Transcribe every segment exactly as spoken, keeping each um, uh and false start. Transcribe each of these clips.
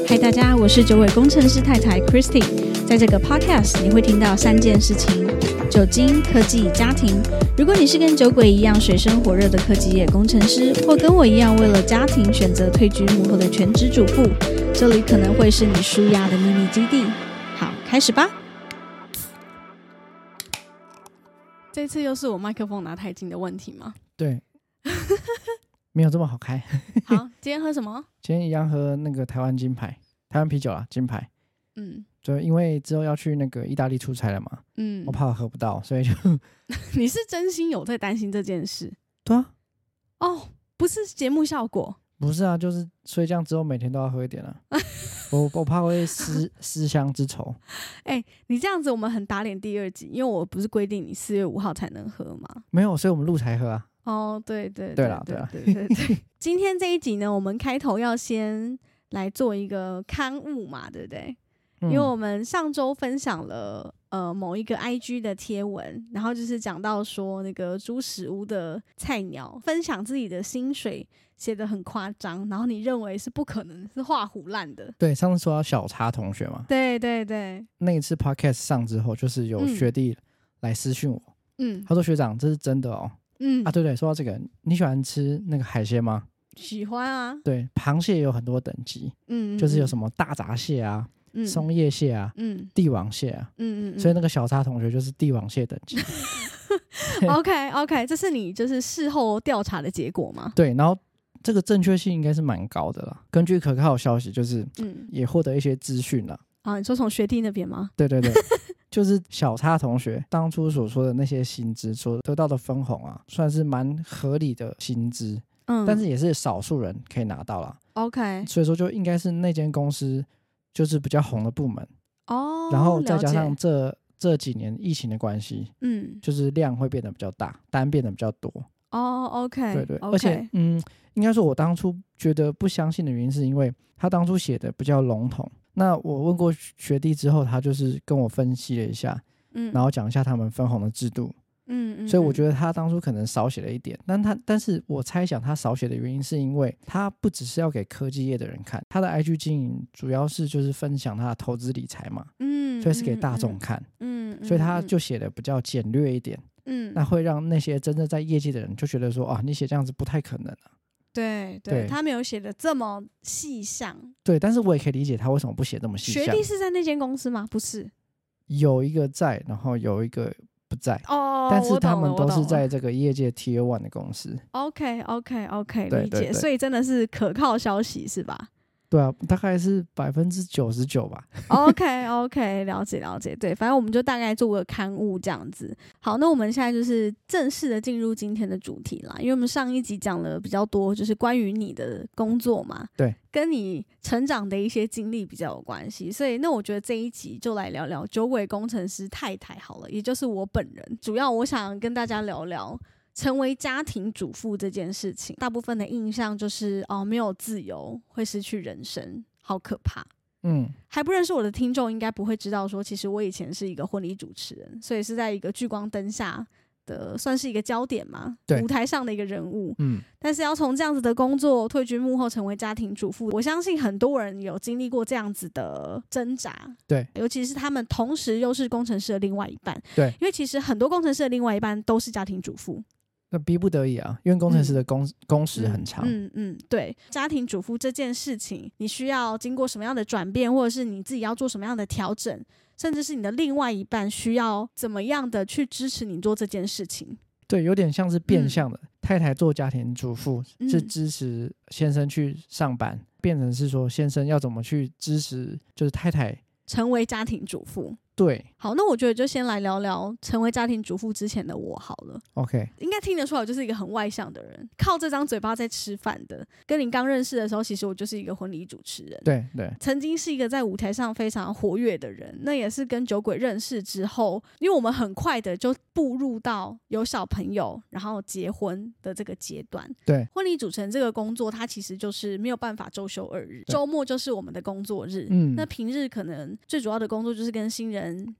嗨，大家，我是九尾工程师太太 Christy。在这个 podcast 你会听到三件事情：酒精、科技、家庭。如果你是跟酒鬼一样水深火热的科技业工程师，或跟我一样为了家庭选择退居幕后的全职主妇，这里可能会是你抒压的秘密基地。好，开始吧。这次又是我麦克风拿太近的问题吗？ 对，没有这么好开。 好，今天喝什么？ 今天一样喝那个台湾金牌，台湾啤酒啦，金牌。 嗯， 就因为之后要去那个意大利出差了嘛，嗯，我怕我喝不到，所以就你是真心有在担心这件事？ 对啊。 哦，不是节目效果。 不是啊，就是所以这样之后每天都要喝一点啊。我我怕会思思乡之愁。 哎、欸，你这样子我们很打脸第二集，因为我不是规定你四月五号才能喝吗？ 没有，所以我们录才喝啊。 哦，对对对啦对啦对对对。今天这一集呢，我们开头要先来做一个刊物嘛，对不对？因为我们上周分享了呃某一个 I G 的贴文，然后就是讲到说那个猪屎屋的菜鸟分享自己的薪水写得很夸张，然后你认为是不可能，是画唬烂的。 对，上次说到小叉同学嘛， 对对对， 那一次 podcast 上之后，就是有学弟来私讯我，嗯，他说学长这是真的哦，嗯啊对对，说到这个，你喜欢吃那个海鲜吗？ 喜欢啊。对， 螃蟹有很多等级，嗯，就是有什么大闸蟹啊。嗯、松叶蟹啊，嗯，帝王蟹啊，嗯 嗯, 嗯，所以那个小叉同学就是帝王蟹等级。 OK OK， 这是你就是事后调查的结果吗？ 对，然后这个正确性应该是蛮高的啦。根据可靠消息，就是嗯，也获得一些资讯啦。 啊，你说从学弟那边吗？ 对对对，就是小叉同学当初所说的那些薪资所得到的分红啊，算是蛮合理的薪资，嗯，但是也是少数人可以拿到啦。 OK， 所以说就应该是那间公司。就是比较红的部门哦， 然后再加上这这几年疫情的关系，嗯，就是量会变得比较大，单变得比较多哦。OK， 对对， okay. 而且嗯，应该说我当初觉得不相信的原因是因为他当初写的比较笼统。那我问过学弟之后，他就是跟我分析了一下，嗯，然后讲一下他们分红的制度。嗯, 嗯, 嗯，所以我觉得他当初可能少写了一点，但他但是我猜想他少写的原因是因为他不只是要给科技业的人看，他的 I G 经营主要是就是分享他的投资理财嘛，嗯，所以是给大众看，嗯，嗯，所以他就写的比较简略一点，嗯，那会让那些真正在业界的人就觉得说啊，你写这样子不太可能啊。 对 对, 对，他没有写的这么细项。 对，但是我也可以理解他为什么不写这么细项。 学弟是在那间公司吗？不是， 有一个在，然后有一个不在哦，但是他们都是在这个业界 Tier One 的公司。 OK OK OK， 对理解对对， 所以真的是可靠消息是吧？ 对啊，大概是百分之九十九吧。 OK OK， 了解了解。对，反正我们就大概做个刊物这样子。好，那我们现在就是正式的进入今天的主题啦，因为我们上一集讲了比较多，就是关于你的工作嘛， 对， 跟你成长的一些经历比较有关系，所以那我觉得这一集就来聊聊酒鬼工程师太太好了，也就是我本人。主要我想跟大家聊聊成为家庭主妇这件事情。大部分的印象就是哦，没有自由，会失去人生，好可怕。嗯，还不认识我的听众应该不会知道说，其实我以前是一个婚礼主持人，所以是在一个聚光灯下的，算是一个焦点嘛，舞台上的一个人物。嗯，但是要从这样子的工作退居幕后，成为家庭主妇，我相信很多人有经历过这样子的挣扎。 对， 尤其是他们同时又是工程师的另外一半。 对， 因为其实很多工程师的另外一半都是家庭主妇。 那逼不得已啊，因为工程师的工、嗯、工时很长。 嗯 嗯, 嗯，对，家庭主妇这件事情，你需要经过什么样的转变，或者是你自己要做什么样的调整，甚至是你的另外一半需要怎么样的去支持你做这件事情。 对，有点像是变相的、嗯、太太做家庭主妇、嗯、是支持先生去上班，变成是说先生要怎么去支持就是太太成为家庭主妇。 对， 好，那我觉得就先来聊聊成为家庭主妇之前的我好了。 OK， 应该听得出来我就是一个很外向的人，靠这张嘴巴在吃饭的。跟你刚认识的时候，其实我就是一个婚礼主持人。 对对， 曾经是一个在舞台上非常活跃的人。那也是跟酒鬼认识之后，因为我们很快的就步入到有小朋友然后结婚的这个阶段。 对， 婚礼主持人这个工作它其实就是没有办法周休二日，周末就是我们的工作日。嗯，那平日可能最主要的工作就是跟新人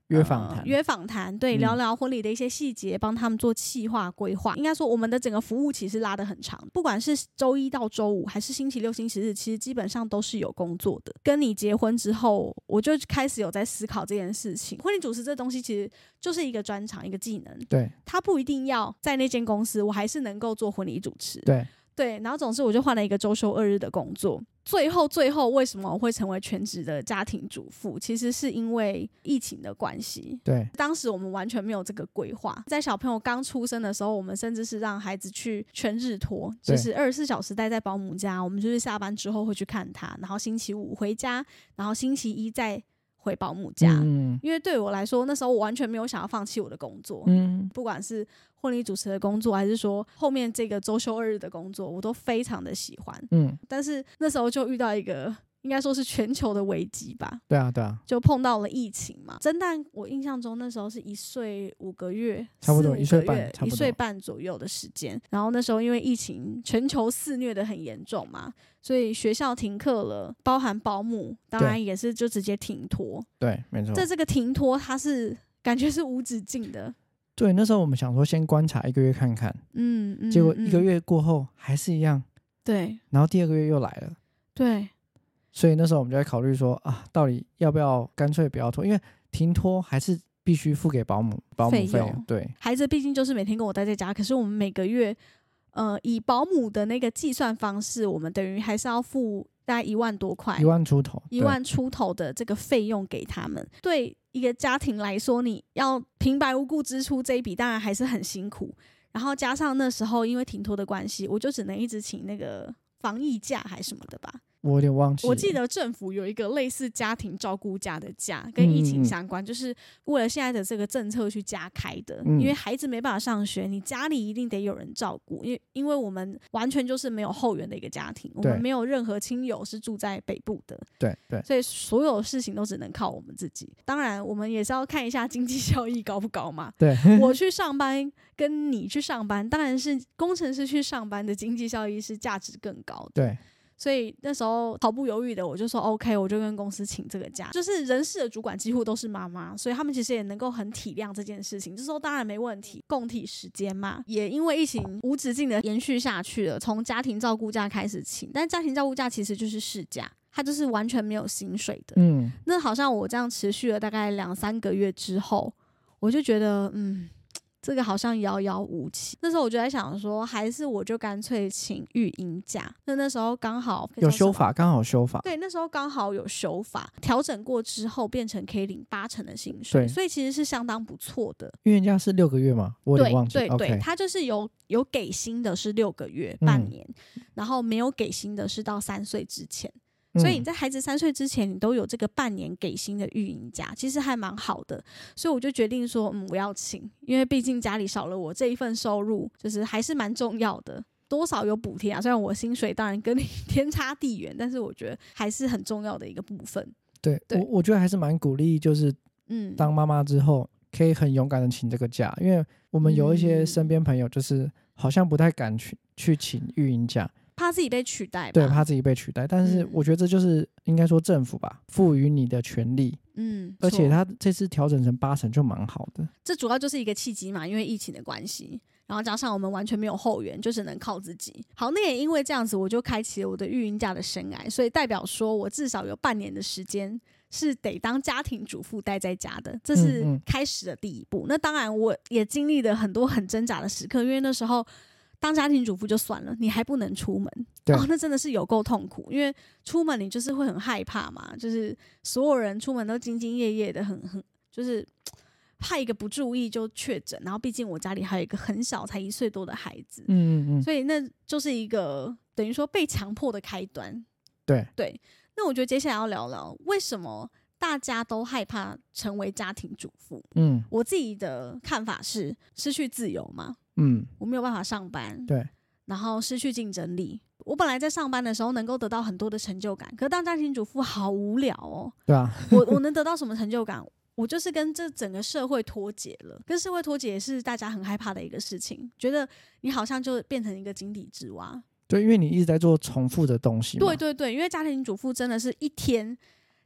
约访谈、 呃、约访谈，对，聊聊婚礼的一些细节，帮他们做企划规划。应该说我们的整个服务其实拉得很长，不管是周一到周五还是星期六星期日，其实基本上都是有工作的。跟你结婚之后，我就开始有在思考这件事情。婚礼主持这东西其实就是一个专长，一个技能， 对， 他不一定要在那间公司我还是能够做婚礼主持， 对对，然后总之我就换了一个周休二日的工作。最后最后为什么我会成为全职的家庭主妇，其实是因为疫情的关系。 对， 当时我们完全没有这个规划，在小朋友刚出生的时候，我们甚至是让孩子去全日托，就是二十四小时待在保姆家，我们就是下班之后会去看他，然后星期五回家，然后星期一再回保姆家、嗯、因为对我来说那时候我完全没有想要放弃我的工作、嗯、不管是婚礼主持的工作还是说后面这个周休二日的工作，我都非常的喜欢、嗯、但是那时候就遇到一个应该说是全球的危机吧。 对啊对啊， 就碰到了疫情嘛。侦探我印象中那时候是一岁五个月， 差不多一岁半，差不多一岁半左右的时间。然后那时候因为疫情全球肆虐的很严重嘛，所以学校停课了，包含保姆当然也是就直接停托。 对，没错。 这这个停托它是感觉是无止境的。 对，那时候我们想说先观察一个月看看，嗯，嗯结果一个月过后还是一样， 对， 然后第二个月又来了， 对， 所以那时候我们就在考虑说啊，到底要不要干脆不要拖，因为停托还是必须付给保姆保姆费用。对， 孩子毕竟就是每天跟我待在家，可是我们每个月呃以保姆的那个计算方式，我们等于还是要付大概一万多块， 一万出头， 一万出头的这个费用给他们。对一个家庭来说，你要平白无故支出这一笔，当然还是很辛苦。然后加上那时候因为停托的关系，我就只能一直请那个防疫假还什么的吧。 我有点忘记了， 我记得政府有一个类似家庭照顾假的假，跟疫情相关、嗯、就是为了现在的这个政策去加开的、嗯、因为孩子没办法上学，你家里一定得有人照顾，因为因为我们完全就是没有后援的一个家庭，我们没有任何亲友是住在北部的， 对对， 所以所有事情都只能靠我们自己。当然我们也是要看一下经济效益高不高嘛。 对， 我去上班跟你去上班，当然是工程师去上班的经济效益是价值更高的。 对， 所以那时候毫不犹豫的我就说 OK， 我就跟公司请这个假。就是人事的主管几乎都是妈妈，所以他们其实也能够很体谅这件事情，就说当然没问题，共体时间嘛。也因为疫情无止境的延续下去了，从家庭照顾假开始请，但家庭照顾假其实就是事假，它就是完全没有薪水的。嗯，那好像我这样持续了大概两三个月之后，我就觉得嗯这个好像遥遥无期。那时候我就在想说，还是我就干脆请育婴假。那那时候刚好有修法，刚好修法。 对，那时候刚好有修法，调整过之后变成可以领八成的薪水，所以其实是相当不错的。 育婴假是六个月吗？我有点忘记。 对对对， okay 它就是有有给薪的是六个月、半年、嗯，然后没有给薪的是到三岁之前。所以你在孩子三岁之前你都有这个半年给薪的育婴假，其实还蛮好的。所以我就决定说嗯，我要请，因为毕竟家里少了我这一份收入，就是还是蛮重要的，多少有补贴啊。虽然我薪水当然跟你天差地远，但是我觉得还是很重要的一个部分。 对, 对我我觉得还是蛮鼓励，就是嗯，当妈妈之后可以很勇敢的请这个假，因为我们有一些身边朋友就是好像不太敢去去请育婴假， 怕自己被取代吧。 对，怕自己被取代。但是我觉得这就是应该说政府吧赋予你的权利。嗯，而且他这次调整成八成就蛮好的。 这主要就是一个契机嘛，因为疫情的关系，然后加上我们完全没有后援，就只能靠自己。好，那也因为这样子，我就开启了我的育婴假的生涯，所以代表说我至少有半年的时间是得当家庭主妇待在家的，这是开始的第一步。嗯嗯，那当然我也经历了很多很挣扎的时刻，因为那时候当家庭主妇就算了，你还不能出门，哦，那真的是有够痛苦。因为出门你就是会很害怕嘛，就是所有人出门都兢兢业业的，很很就是怕一个不注意就确诊。然后毕竟我家里还有一个很小才一岁多的孩子，嗯嗯嗯，所以那就是一个等于说被强迫的开端。 对对，那我觉得接下来要聊聊为什么大家都害怕成为家庭主妇。嗯，我自己的看法是失去自由嘛。嗯，我没有办法上班， 对， 然后失去竞争力。我本来在上班的时候能够得到很多的成就感，可是当家庭主妇好无聊哦。 对啊， 我我能得到什么成就感？我就是跟这整个社会脱节了。跟社会脱节也是大家很害怕的一个事情，觉得你好像就变成一个井底之蛙。 对，因为你一直在做重复的东西嘛。 对对对，因为家庭主妇真的是一天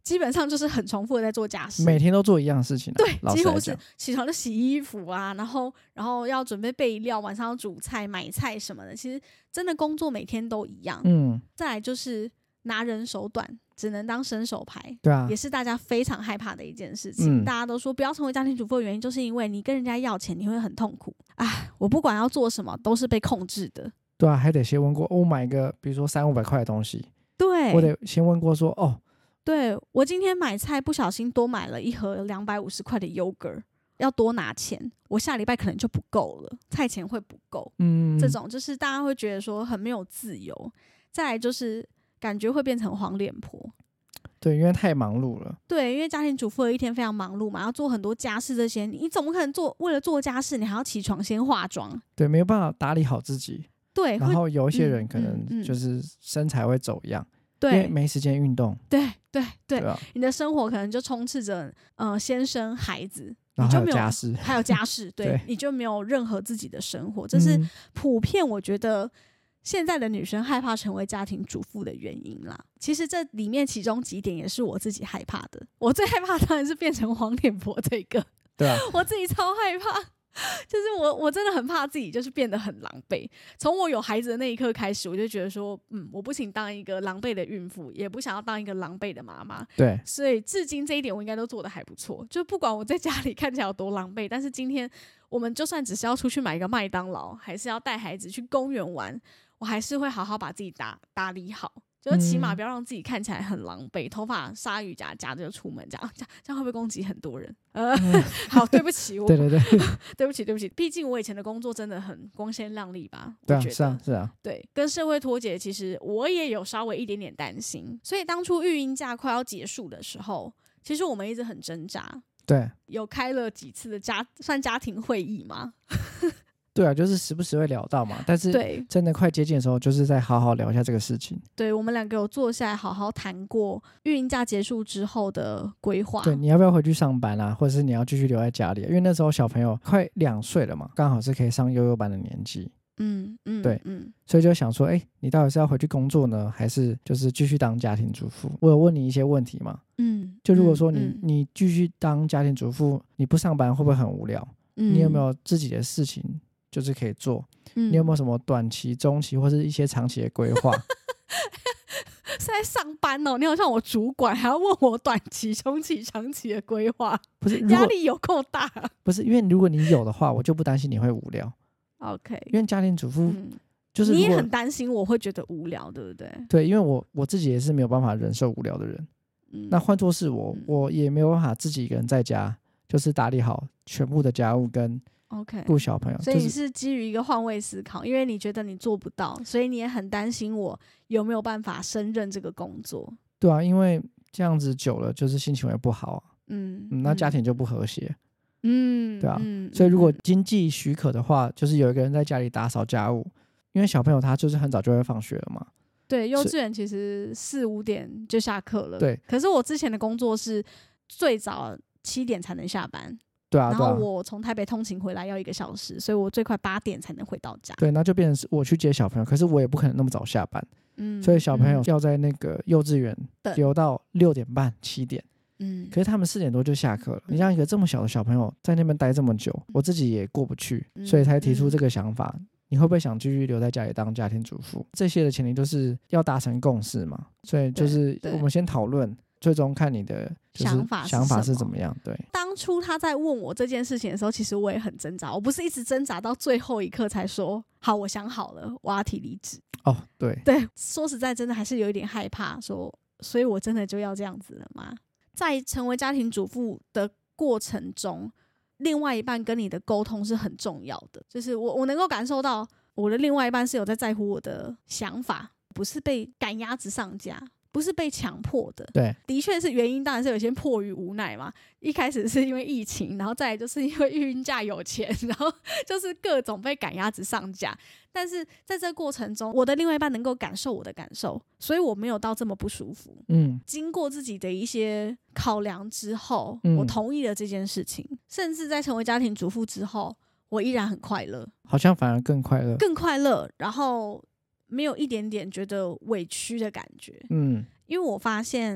基本上就是很重复的在做家事， 每天都做一样的事情、啊、 对，几乎是起床就洗衣服啊，然后然后要准备备料，晚上要煮菜买菜什么的，其实真的工作每天都一样。嗯，再来就是拿人手短，只能当伸手牌，对啊，也是大家非常害怕的一件事情、嗯、大家都说不要成为家庭主妇的原因就是因为你跟人家要钱你会很痛苦啊，我不管要做什么都是被控制的。 对啊，还得先问过、哦、我买一个比如说三五百块的东西， 对， 我得先问过说哦， 对，我今天买菜不小心多买了一盒两百五十块的 yogurt， 要多拿钱，我下礼拜可能就不够了，菜钱会不够。嗯，这种就是大家会觉得说很没有自由。再来就是感觉会变成黄脸婆， 对，因为太忙碌了。 对，因为家庭主妇的一天非常忙碌嘛，要做很多家事，这些你怎么可能做？为了做家事，你还要起床先化妆？ 对，没有办法打理好自己。 对， 然后有一些人可能就是身材会走样。 对、嗯嗯嗯， 因为没时间运动。 对对 对, 对、 啊， 你的生活可能就充斥着呃先生孩子， 然后还有家事， 还有家事，对，对你就没有任何自己的生活，这是普遍我觉得现在的女生害怕成为家庭主妇的原因啦。其实这里面其中几点也是我自己害怕的，我最害怕当然是变成黄脸婆这个，对啊，我自己超害怕。就是我我真的很怕自己就是变得很狼狈，从我有孩子的那一刻开始，我就觉得说嗯，我不请当一个狼狈的孕妇，也不想要当一个狼狈的妈妈。对，所以至今这一点我应该都做得还不错，就不管我在家里看起来有多狼狈，但是今天我们就算只是要出去买一个麦当劳，还是要带孩子去公园玩，我还是会好好把自己打打理好，就起码不要让自己看起来很狼狈，头发鲨鱼夹夹着就出门，这样这样会不会攻击很多人？呃，嗯、好，对不起，我对对对，对不起，对不起，毕竟我以前的工作真的很光鲜亮丽吧？对啊，是啊，是啊，对，跟社会脱节，其实我也有稍微一点点担心，所以当初育婴假快要结束的时候，其实我们一直很挣扎，对，有开了几次的家算家庭会议吗？ 对啊，就是时不时会聊到嘛，但是真的快接近的时候，就是再好好聊一下这个事情。 对，我们两个有坐下来好好谈过育婴假结束之后的规划。 对，你要不要回去上班啊，或者是你要继续留在家里？因为那时候小朋友快两岁了嘛，刚好是可以上幼幼班的年纪。嗯嗯，对，嗯，所以就想说，哎，你到底是要回去工作呢，还是就是继续当家庭主妇？我有问你一些问题嘛，嗯，就如果说你、嗯、你继续当家庭主妇，你不上班会不会很无聊？嗯，你有没有自己的事情？就是可以做、嗯、你有没有什么短期中期或是一些长期的规划？ 是在上班哦，你好像我主管还要问我短期中期长期的规划，不是压力有够大、啊、 不是因为如果你有的话我就不担心你会无聊。 OK， 因为家庭主妇、嗯、就是你也很担心我会觉得无聊，对不对？ 对，因为我我自己也是没有办法忍受无聊的人、嗯、那换作是我、嗯、我也没有办法自己一个人在家就是打理好全部的家务跟 OK， 顾小朋友， 所以你是基于一个换位思考，因为你觉得你做不到，所以你也很担心我有没有办法胜任这个工作。 对啊，因为这样子久了就是心情会不好啊，嗯, 嗯那家庭就不和谐，嗯，对啊、嗯、所以如果经济许可的话，就是有一个人在家里打扫家务，因为小朋友他就是很早就会放学了嘛。 对，幼稚园其实四五点就下课了，对。可是我之前的工作是最早七点才能下班。 对啊， 然后我从台北通勤回来要一个小时，所以我最快八点才能回到家。 对，那就变成是我去接小朋友，可是我也不可能那么早下班，嗯，所以小朋友要在那个幼稚园留到六点半、七点，嗯，可是他们四点多就下课了。嗯、你像一个这么小的小朋友在那边待这么久，我自己也过不去，嗯、所以才提出这个想法。嗯、你会不会想继续留在家里当家庭主妇？这些的前提就是要达成共识嘛，所以就是我们先讨论。最终看你的就是想法 是, 想法是怎么样。对， 当初他在问我这件事情的时候，其实我也很挣扎，我不是一直挣扎到最后一刻才说好我想好了我要提离职。 哦，对对，说实在真的还是有一点害怕，说所以我真的就要这样子了吗？在成为家庭主妇的过程中，另外一半跟你的沟通是很重要的，就是我我能够感受到我的另外一半是有在在乎我的想法，不是被赶鸭子上架，不是被强迫的。对，的确是原因当然是有些迫于无奈嘛，一开始是因为疫情，然后再来就是因为育婴假有钱，然后就是各种被赶鸭子上架。但是在这个过程中，我的另外一半能够感受我的感受，所以我没有到这么不舒服。嗯，经过自己的一些考量之后、嗯、我同意了这件事情，甚至在成为家庭主妇之后，我依然很快乐， 好像反而更快乐更快乐，然后没有一点点觉得委屈的感觉。嗯，因为我发现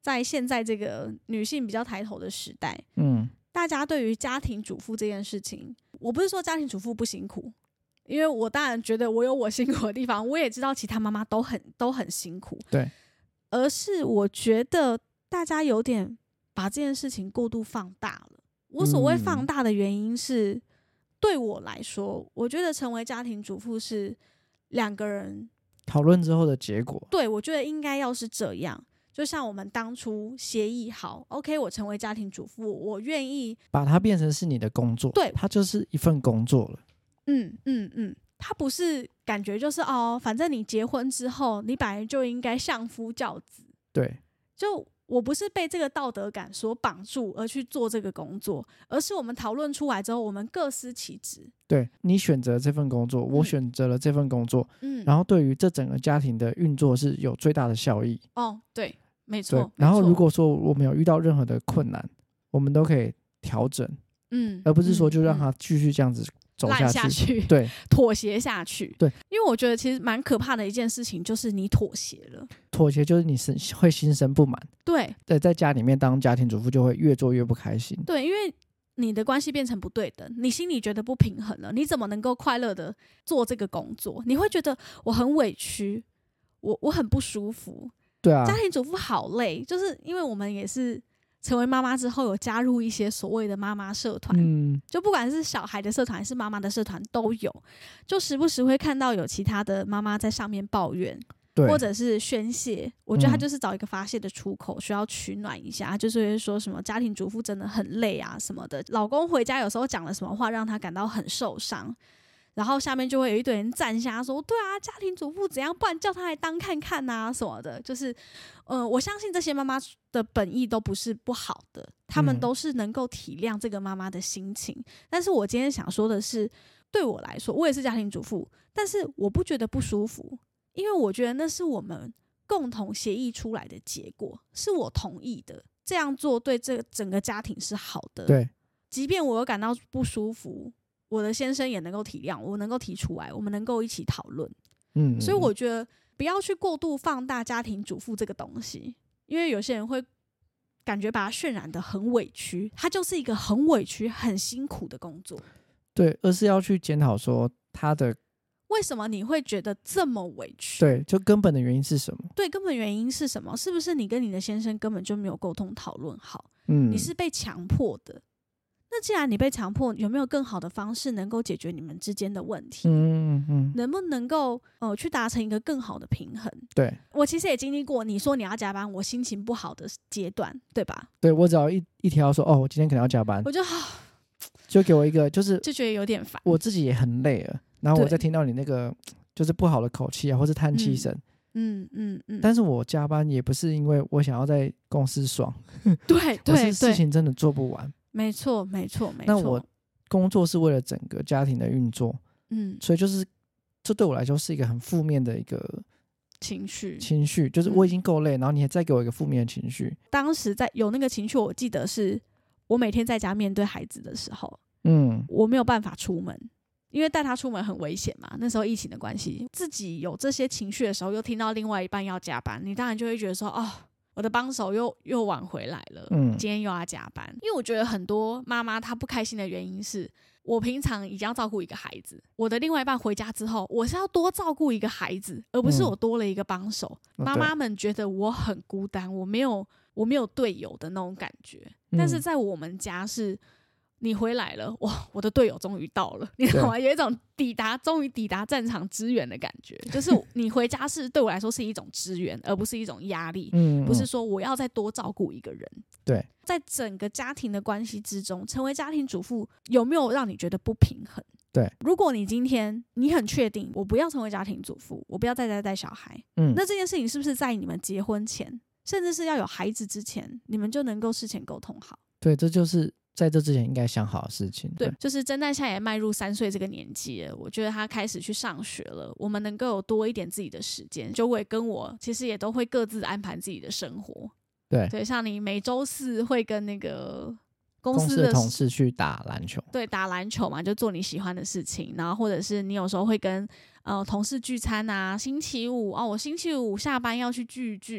在现在这个女性比较抬头的时代， 嗯， 大家对于家庭主妇这件事情，我不是说家庭主妇不辛苦，因为我当然觉得我有我辛苦的地方，我也知道其他妈妈都很都很辛苦， 对， 而是我觉得大家有点把这件事情过度放大了。我所谓放大的原因是、嗯、对我来说，我觉得成为家庭主妇是两个人讨论之后的结果。 对，我觉得应该要是这样，就像我们当初协议好 OK 我成为家庭主妇，我愿意把它变成是你的工作， 对， 它就是一份工作了。 嗯嗯嗯，它不是感觉就是哦，反正你结婚之后你本来就应该相夫教子， 对， 就我不是被这个道德感所绑住而去做这个工作，而是我们讨论出来之后我们各司其职。 对，你选择这份工作、嗯、我选择了这份工作、嗯、然后对于这整个家庭的运作是有最大的效益。 哦，对，没错。 然后如果说我们有遇到任何的困难，我们都可以调整，嗯，而不是说就让它继续这样子走下去， 下去对， 妥协下去， 对， 因为我觉得其实蛮可怕的一件事情就是你妥协了， 妥协就是你会心生不满， 对对，在家里面当家庭主妇就会越做越不开心， 对，因为你的关系变成不对等，你心里觉得不平衡了，你怎么能够快乐的做这个工作？你会觉得我很委屈，我我很不舒服， 对啊， 家庭主妇好累，就是因为我们也是成为妈妈之后有加入一些所谓的妈妈社团、嗯、就不管是小孩的社团还是妈妈的社团都有，就时不时会看到有其他的妈妈在上面抱怨或者是宣泄，我觉得他就是找一个发泄的出口、嗯、需要取暖一下，他就是会说什么家庭主妇真的很累啊什么的，老公回家有时候讲了什么话让他感到很受伤，然后下面就会有一堆人赞下说对啊，家庭主妇怎样，不然叫他来当看看啊什么的，就是呃，我相信这些妈妈的本意都不是不好的，他们都是能够体谅这个妈妈的心情、嗯、但是我今天想说的是，对我来说我也是家庭主妇，但是我不觉得不舒服，因为我觉得那是我们共同协议出来的结果，是我同意的，这样做对这整个家庭是好的， 对， 即便我有感到不舒服，我的先生也能够体谅，我能够提出来，我们能够一起讨论。嗯，所以我觉得不要去过度放大家庭主妇这个东西，因为有些人会感觉把它渲染得很委屈，它就是一个很委屈很辛苦的工作。 对，而是要去检讨说他的为什么你会觉得这么委屈， 对，就根本的原因是什么， 对，根本原因是什么，是不是你跟你的先生根本就没有沟通讨论好、嗯、你是被强迫的，那既然你被强迫，有没有更好的方式能够解决你们之间的问题？嗯嗯，能不能够呃去达成一个更好的平衡？ 对， 我其实也经历过你说你要加班，我心情不好的阶段，对吧？ 对，我只要一一条说哦，我今天可能要加班， 我就就给我一个就是就觉得有点烦， 我自己也很累了，然后我再听到你那个就是不好的口气啊，或是叹气声。嗯嗯嗯，但是我加班也不是因为我想要在公司爽， 对对， 我是事情真的做不完。 没错没错没错。 那我工作是为了整个家庭的运作，嗯，所以就是这对我来说是一个很负面的一个情绪， 情绪就是我已经够累、嗯，然后你还再给我一个负面的情绪。 当时在有那个情绪，我记得是我每天在家面对孩子的时候，嗯，我没有办法出门。因为带他出门很危险嘛，那时候疫情的关系，自己有这些情绪的时候，又听到另外一半要加班，你当然就会觉得说，哦，我的帮手又又晚回来了，嗯，今天又要加班。因为我觉得很多妈妈她不开心的原因是，我平常已经要照顾一个孩子，我的另外一半回家之后，我是要多照顾一个孩子，而不是我多了一个帮手。妈妈们觉得我很孤单，我没有我没有队友的那种感觉，但是在我们家是。你回来了，哇！我的队友终于到了，你知道吗？有一种抵达，终于抵达战场支援的感觉。就是你回家是对我来说是一种支援，而不是一种压力。嗯，不是说我要再多照顾一个人。 对， 在整个家庭的关系之中，成为家庭主妇有没有让你觉得不平衡？ 对， 如果你今天你很确定，我不要成为家庭主妇，我不要在家带小孩，嗯，那这件事情是不是在你们结婚前，甚至是要有孩子之前，你们就能够事前沟通好？ 对，这就是在这之前应该想好的事情。 对, 对，就是侦探现在也迈入三岁这个年纪了，我觉得他开始去上学了，我们能够有多一点自己的时间。九伟跟我其实也都会各自安排自己的生活。 对对，像你每周四会跟那个公司 的, 公司的同事去打篮球， 对，打篮球嘛，就做你喜欢的事情。然后或者是你有时候会跟呃同事聚餐啊，星期五哦，我星期五下班要去聚一聚。其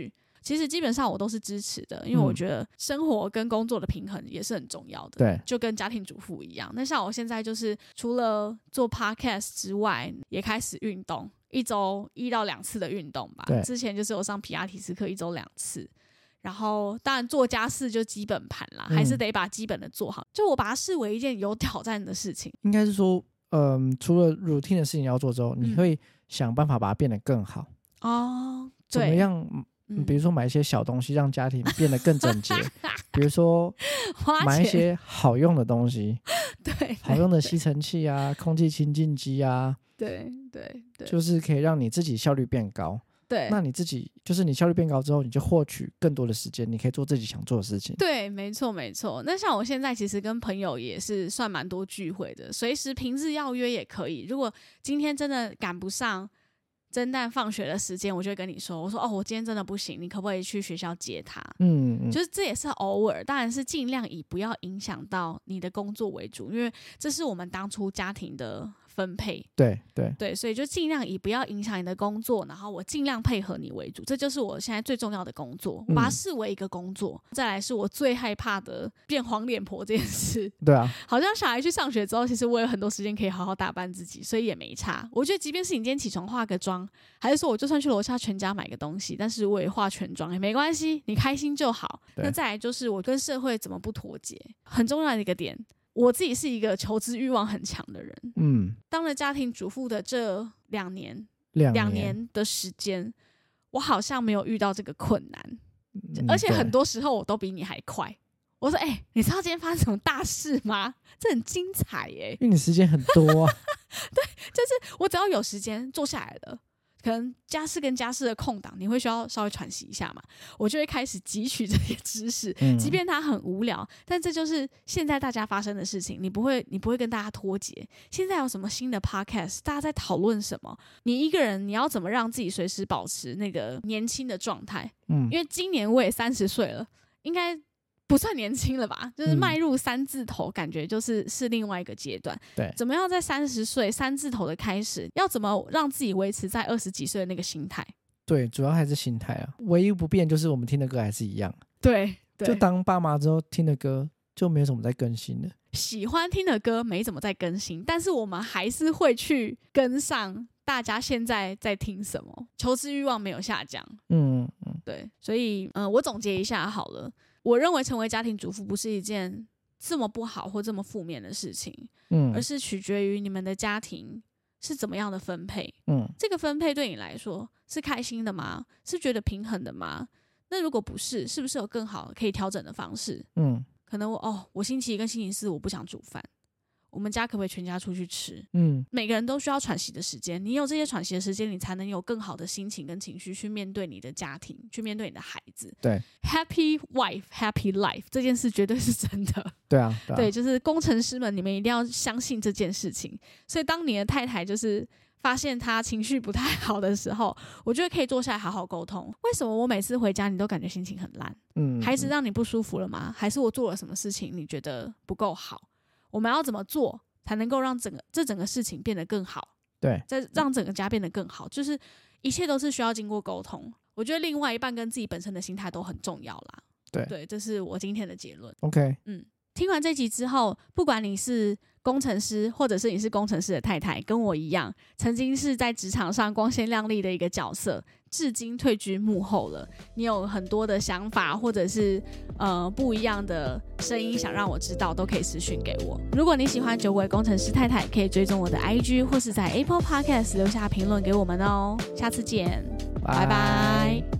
其实基本上我都是支持的，因为我觉得生活跟工作的平衡也是很重要的， 对， 就跟家庭主妇一样。那像我现在就是除了做 podcast 之外，也开始运动，一周一到两次的运动吧。之前就是有上皮拉提斯课，一周两次。然后当然做家事就基本盘啦、嗯、还是得把基本的做好，就我把它视为一件有挑战的事情。 应该是说嗯，除了 routine 的事情要做之后、嗯、你会想办法把它变得更好哦。 怎么样、嗯、比如说买一些小东西让家庭变得更整洁比如说买一些好用的东西对，好用的吸尘器啊，空气清净机啊， 对对对， 就是可以让你自己效率变高。对，那你自己就是你效率变高之后，你就获取更多的时间，你可以做自己想做的事情。 对，没错没错。那像我现在其实跟朋友也是算蛮多聚会的，随时平日要约也可以。如果今天真的赶不上侦探放学的时间，我就会跟你说，我说哦，我今天真的不行，你可不可以去学校接他？嗯, 嗯，就是这也是偶尔，当然是尽量以不要影响到你的工作为主，因为这是我们当初家庭的分配。 对对对，所以就尽量以不要影响你的工作，然后我尽量配合你为主，这就是我现在最重要的工作，我把它视为一个工作、嗯、再来是我最害怕的变黄脸婆这件事。 对啊， 好像小孩去上学之后，其实我有很多时间可以好好打扮自己，所以也没差。我觉得即便是你今天起床化个妆，还是说我就算去楼下全家买个东西，但是我也化全妆也没关系，你开心就好。那再来就是我跟社会怎么不脱节，很重要的一个点，我自己是一个求知欲望很强的人。嗯，当了家庭主妇的这两年，两年两年的时间，我好像没有遇到这个困难、嗯、而且很多时候我都比你还快。我说哎、欸，你知道今天发生什么大事吗？这很精彩耶、欸、 因为你时间很多啊对，就是我只要有时间坐下来了，可能家事跟家事的空档你会需要稍微喘息一下嘛，我就会开始汲取这些知识、嗯、即便它很无聊，但这就是现在大家发生的事情，你不会你不会跟大家脱节。现在有什么新的 podcast， 大家在讨论什么，你一个人你要怎么让自己随时保持那个年轻的状态、嗯、因为今年我也三十岁了，应该不算年轻了吧，就是迈入三字头、嗯、感觉就是是另外一个阶段。对，怎么样在三十岁三字头的开始，要怎么让自己维持在二十几岁的那个心态？ 对，主要还是心态啊，唯一不变就是我们听的歌还是一样。 对，对， 就当爸妈之后听的歌就没什么在更新了， 喜欢听的歌没怎么在更新，但是我们还是会去跟上大家现在在听什么，求知欲望没有下降。嗯嗯，对，所以嗯，我总结一下好了。我认为成为家庭主妇不是一件这么不好或这么负面的事情，嗯，而是取决于你们的家庭是怎么样的分配。嗯，这个分配对你来说是开心的吗？是觉得平衡的吗？那如果不是，是不是有更好可以调整的方式？嗯，可能我哦，我星期一跟星期四我不想煮饭，我们家可不可以全家出去吃？嗯，每个人都需要喘息的时间，你有这些喘息的时间，你才能有更好的心情跟情绪去面对你的家庭，去面对你的孩子。对 ，Happy wife, happy life 这件事绝对是真的。 对啊，对啊， 对，就是工程师们，你们一定要相信这件事情。所以当你的太太就是发现她情绪不太好的时候，我觉得可以坐下来好好沟通。为什么我每次回家你都感觉心情很烂？嗯，孩子让你不舒服了吗？还是我做了什么事情你觉得不够好？我们要怎么做才能够让整个这整个事情变得更好？对，再让整个家变得更好，就是一切都是需要经过沟通。我觉得另外一半跟自己本身的心态都很重要啦。对对，这是我今天的结论。 OK， 嗯，听完这集之后，不管你是工程师，或者是你是工程师的太太，跟我一样，曾经是在职场上光鲜亮丽的一个角色，至今退居幕后了。你有很多的想法，或者是呃不一样的声音，想让我知道，都可以私讯给我。如果你喜欢酒鬼工程师太太，可以追踪我的 I G， 或是在 Apple Podcast 留下评论给我们哦。下次见，拜拜。